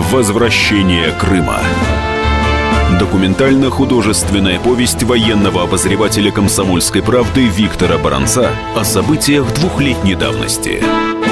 Возвращение Крыма. Документально-художественная повесть военного обозревателя «Комсомольской правды» Виктора Баранца о событиях двухлетней давности.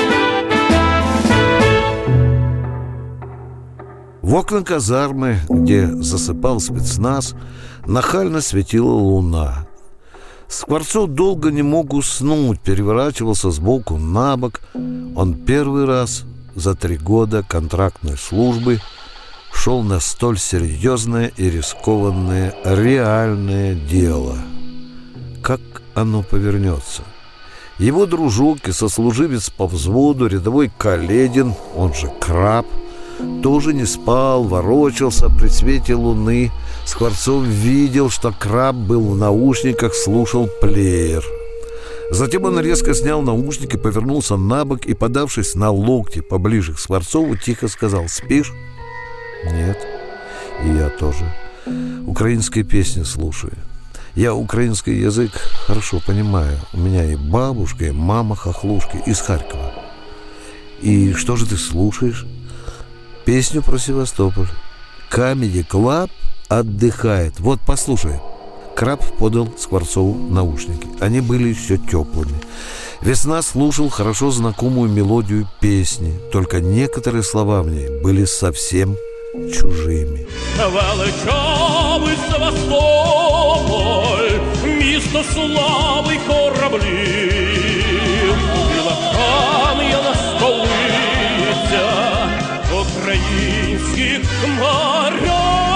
В окна казармы, где засыпал спецназ, нахально светила луна. Скворцов долго не мог уснуть, переворачивался сбоку на бок. Он первый раз за 3 года контрактной службы шел на столь серьезное и рискованное реальное дело. Как оно повернется? Его дружок и сослуживец по взводу, рядовой Каледин, он же Краб, тоже не спал, ворочался при свете луны. Скворцов видел, что Краб был в наушниках, слушал плеер. Затем он резко снял наушники, повернулся на бок и, подавшись на локти поближе к Скворцову, тихо сказал: «Спишь?» «Нет». «И я тоже. Украинские песни слушаю. Я украинский язык хорошо понимаю. У меня и бабушка, и мама хохлушки из Харькова». «И что же ты слушаешь?» «Песню про Севастополь. Comedy Club отдыхает. Вот, послушай». Краб подал Скворцову наушники. Они были еще теплыми. Весна слушал хорошо знакомую мелодию песни, только некоторые слова в ней были совсем чужими. Величавий Севастополь, місто слави й кораблів, біла кам'яна столиця українських моряків.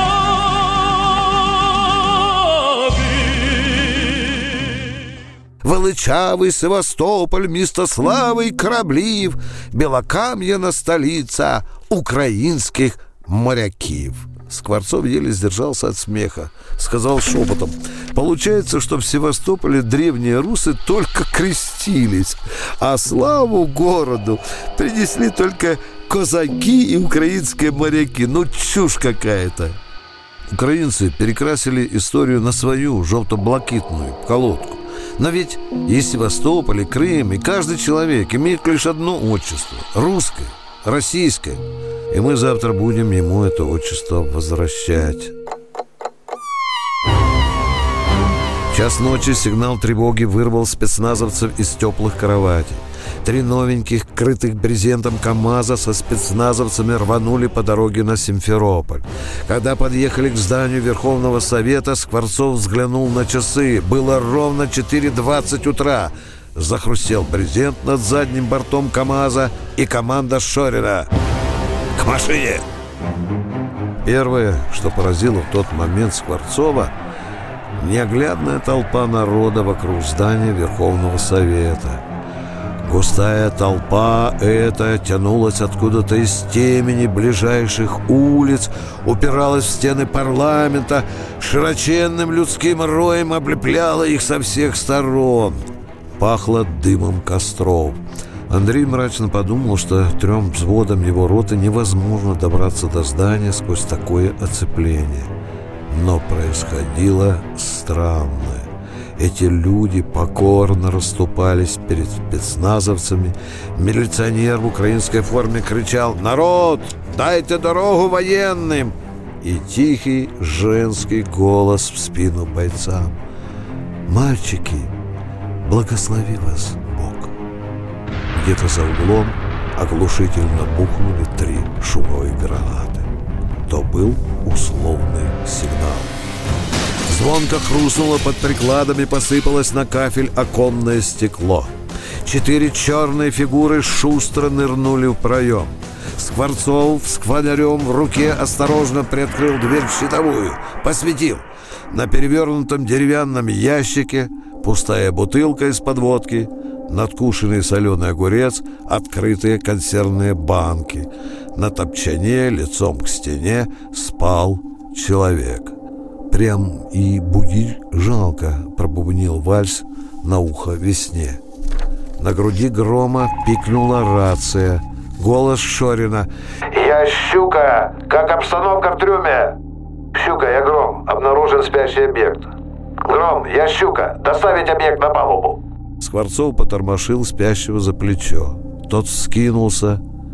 Величавий Севастополь, місто слави й кораблів, білокам'яна столиця українських моряків. Скворцов еле сдержался от смеха. Сказал шепотом: «Получается, что в Севастополе древние русы только крестились, а славу городу принесли только казаки и украинские моряки. Ну, чушь какая-то». Украинцы перекрасили историю на свою, желто-блакитную колодку. Но ведь и Севастополь, и Крым, и каждый человек имеет лишь одно отчество – русское, российское. И мы завтра будем ему это отчество возвращать. В час ночи сигнал тревоги вырвал спецназовцев из теплых кроватей. 3 новеньких, крытых брезентом КамАЗа со спецназовцами рванули по дороге на Симферополь. Когда подъехали к зданию Верховного Совета, Скворцов взглянул на часы. Было ровно 4:20 утра. Захрустел брезент над задним бортом КамАЗа, и команда Шорина: «К машине!» Первое, что поразило в тот момент Скворцова — неоглядная толпа народа вокруг здания Верховного Совета. Густая толпа эта тянулась откуда-то из темени ближайших улиц, упиралась в стены парламента, широченным людским роем облепляла их со всех сторон. Пахло дымом костров. Андрей мрачно подумал, что 3 взводам его роты невозможно добраться до здания сквозь такое оцепление. Но происходило странное. Эти люди покорно расступались перед спецназовцами. Милиционер в украинской форме кричал: «Народ, дайте дорогу военным!» И тихий женский голос в спину бойцам: «Мальчики, благослови вас Бог». Где-то за углом оглушительно бухнули 3 шумовые гранаты. То был условный сигнал. Звонко хрустнуло под прикладами, посыпалось на кафель оконное стекло. 4 черные фигуры шустро нырнули в проем. Скворцов с фонарем в руке осторожно приоткрыл дверь в щитовую, посветил. На перевернутом деревянном ящике пустая бутылка из-под водки, надкушенный соленый огурец, открытые консервные банки. На топчане лицом к стене спал человек. «Прям и будить жалко», — пробубнил Вальс на ухо Весне. На груди Грома пикнула рация. Голос Шорина: «Я Щука! Как обстановка в трюме?» «Щука, я Гром. Обнаружен спящий объект». «Гром, я Щука. Доставить объект на палубу». Скворцов потормошил спящего за плечо. Тот вскинулся.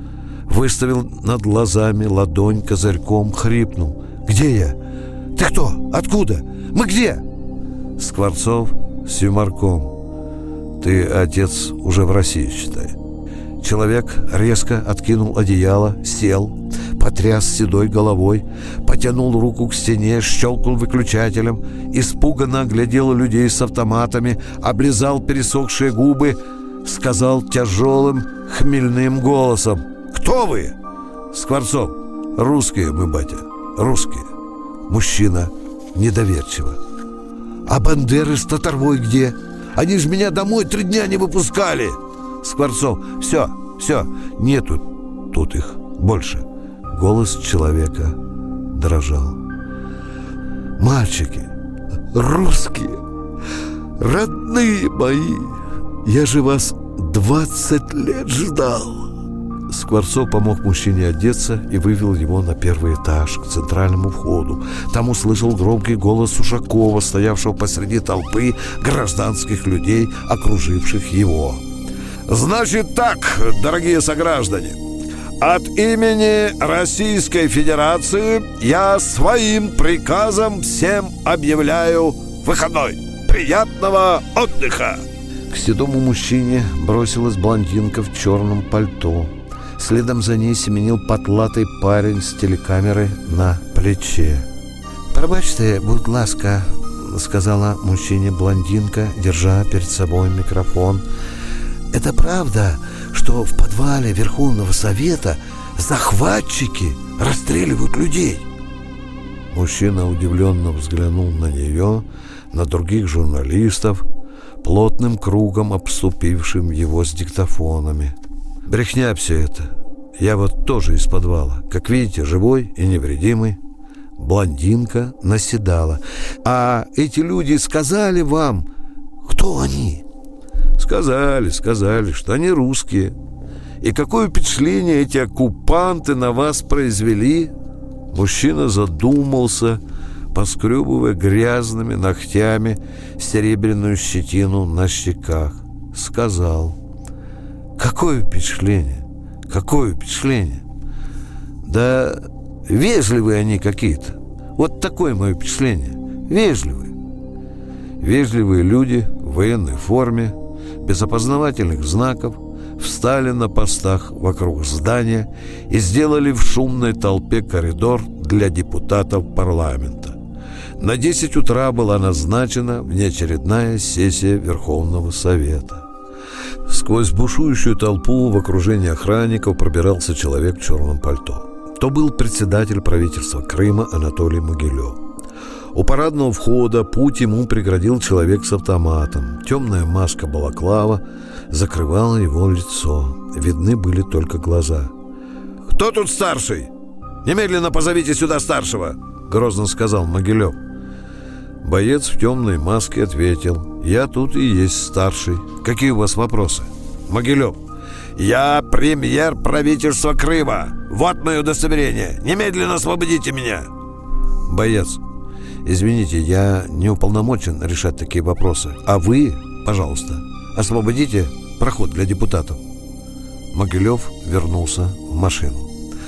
выставил над глазами ладонь козырьком, хрипнул. «Где я? Ты кто? Откуда? Мы где?» Скворцов с юморком. «Ты, отец, уже в России, считай». Человек резко откинул одеяло, сел, потряс седой головой, потянул руку к стене, щелкнул выключателем, испуганно оглядел людей с автоматами, облизал пересохшие губы, сказал тяжелым хмельным голосом: «Кто вы?» «Скворцов. Русские мы, батя, русские». Мужчина недоверчиво: «А Бандеры с Татарвой где? Они же меня домой 3 дня не выпускали». Скворцов: «Все, нету тут их больше». Голос человека дрожал. «Мальчики, русские, родные мои, я же вас 20 лет ждал». Скворцов помог мужчине одеться и вывел его на первый этаж, к центральному входу. Там услышал громкий голос Ушакова, стоявшего посреди толпы гражданских людей, окруживших его. «Значит так, дорогие сограждане, от имени Российской Федерации я своим приказом всем объявляю выходной. Приятного отдыха!» К седому мужчине бросилась блондинка в черном пальто. Следом за ней семенил потлатый парень с телекамерой на плече. «Пробачьте, будь ласка», — сказала мужчине блондинка, держа перед собой микрофон. «Это правда, что в подвале Верховного Совета захватчики расстреливают людей?» Мужчина удивленно взглянул на нее, на других журналистов, плотным кругом обступившим его с диктофонами. «Брехня все это. Я вот тоже из подвала. Как видите, живой и невредимый». Блондинка наседала. «А эти люди сказали вам, кто они?» Сказали, что они русские. И какое впечатление эти оккупанты на вас произвели?» Мужчина задумался, поскребывая грязными ногтями серебряную щетину на щеках. Сказал: «Какое впечатление? Какое впечатление? Да вежливые они какие-то. Вот такое мое впечатление. Вежливые. Вежливые люди в военной форме, без опознавательных знаков, встали на постах вокруг здания и сделали в шумной толпе коридор для депутатов парламента. На 10 утра была назначена внеочередная сессия Верховного Совета. Сквозь бушующую толпу в окружении охранников пробирался человек в черном пальто. То был председатель правительства Крыма Анатолий Могилев. У парадного входа путь ему преградил человек с автоматом. Темная маска-балаклава закрывала его лицо. Видны были только глаза. «Кто тут старший? Немедленно позовите сюда старшего!» — грозно сказал Могилев. Боец в темной маске ответил: «Я тут и есть старший. Какие у вас вопросы?» Могилев: «Я премьер правительства Крыма. Вот мое удостоверение. Немедленно освободите меня!» Боец: «Извините, я не уполномочен решать такие вопросы. А вы, пожалуйста, освободите проход для депутатов». Могилев вернулся в машину.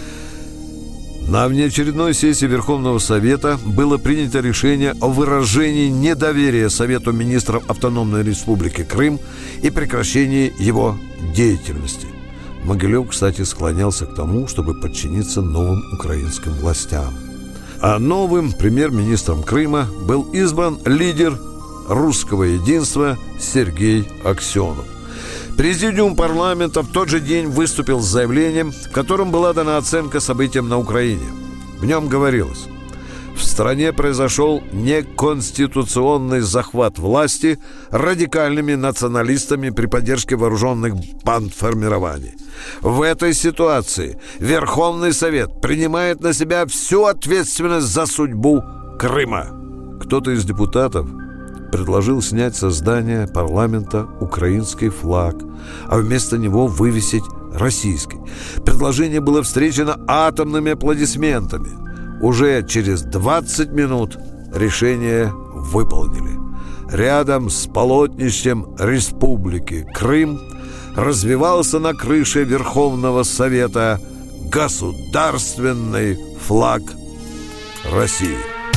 На внеочередной сессии Верховного Совета было принято решение о выражении недоверия Совету министров Автономной Республики Крым и прекращении его деятельности. Могилев, кстати, склонялся к тому, чтобы подчиниться новым украинским властям. А новым премьер-министром Крыма был избран лидер русского единства Сергей Аксенов. Президиум парламента в тот же день выступил с заявлением, в котором была дана оценка событиям на Украине. В нем говорилось: в стране произошел неконституционный захват власти радикальными националистами при поддержке вооруженных бандформирований. В этой ситуации Верховный Совет принимает на себя всю ответственность за судьбу Крыма. Кто-то из депутатов предложил снять со здания парламента украинский флаг, а вместо него вывесить российский. Предложение было встречено атомными аплодисментами. Уже через 20 минут решение выполнили. Рядом с полотнищем Республики Крым развивался на крыше Верховного Совета государственный флаг России.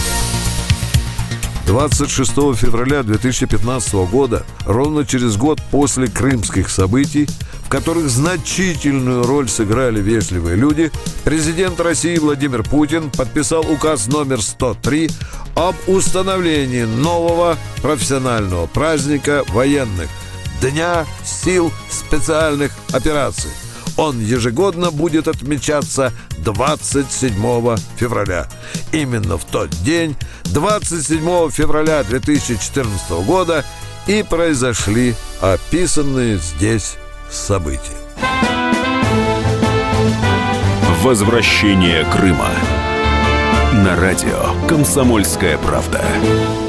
26 февраля 2015 года, ровно через год после крымских событий, в которых значительную роль сыграли вежливые люди, президент России Владимир Путин подписал указ номер 103 об установлении нового профессионального праздника военных – Дня сил специальных операций. Он ежегодно будет отмечаться 27 февраля. Именно в тот день, 27 февраля 2014 года, и произошли описанные здесь события. Возвращение Крыма. На радио «Комсомольская правда».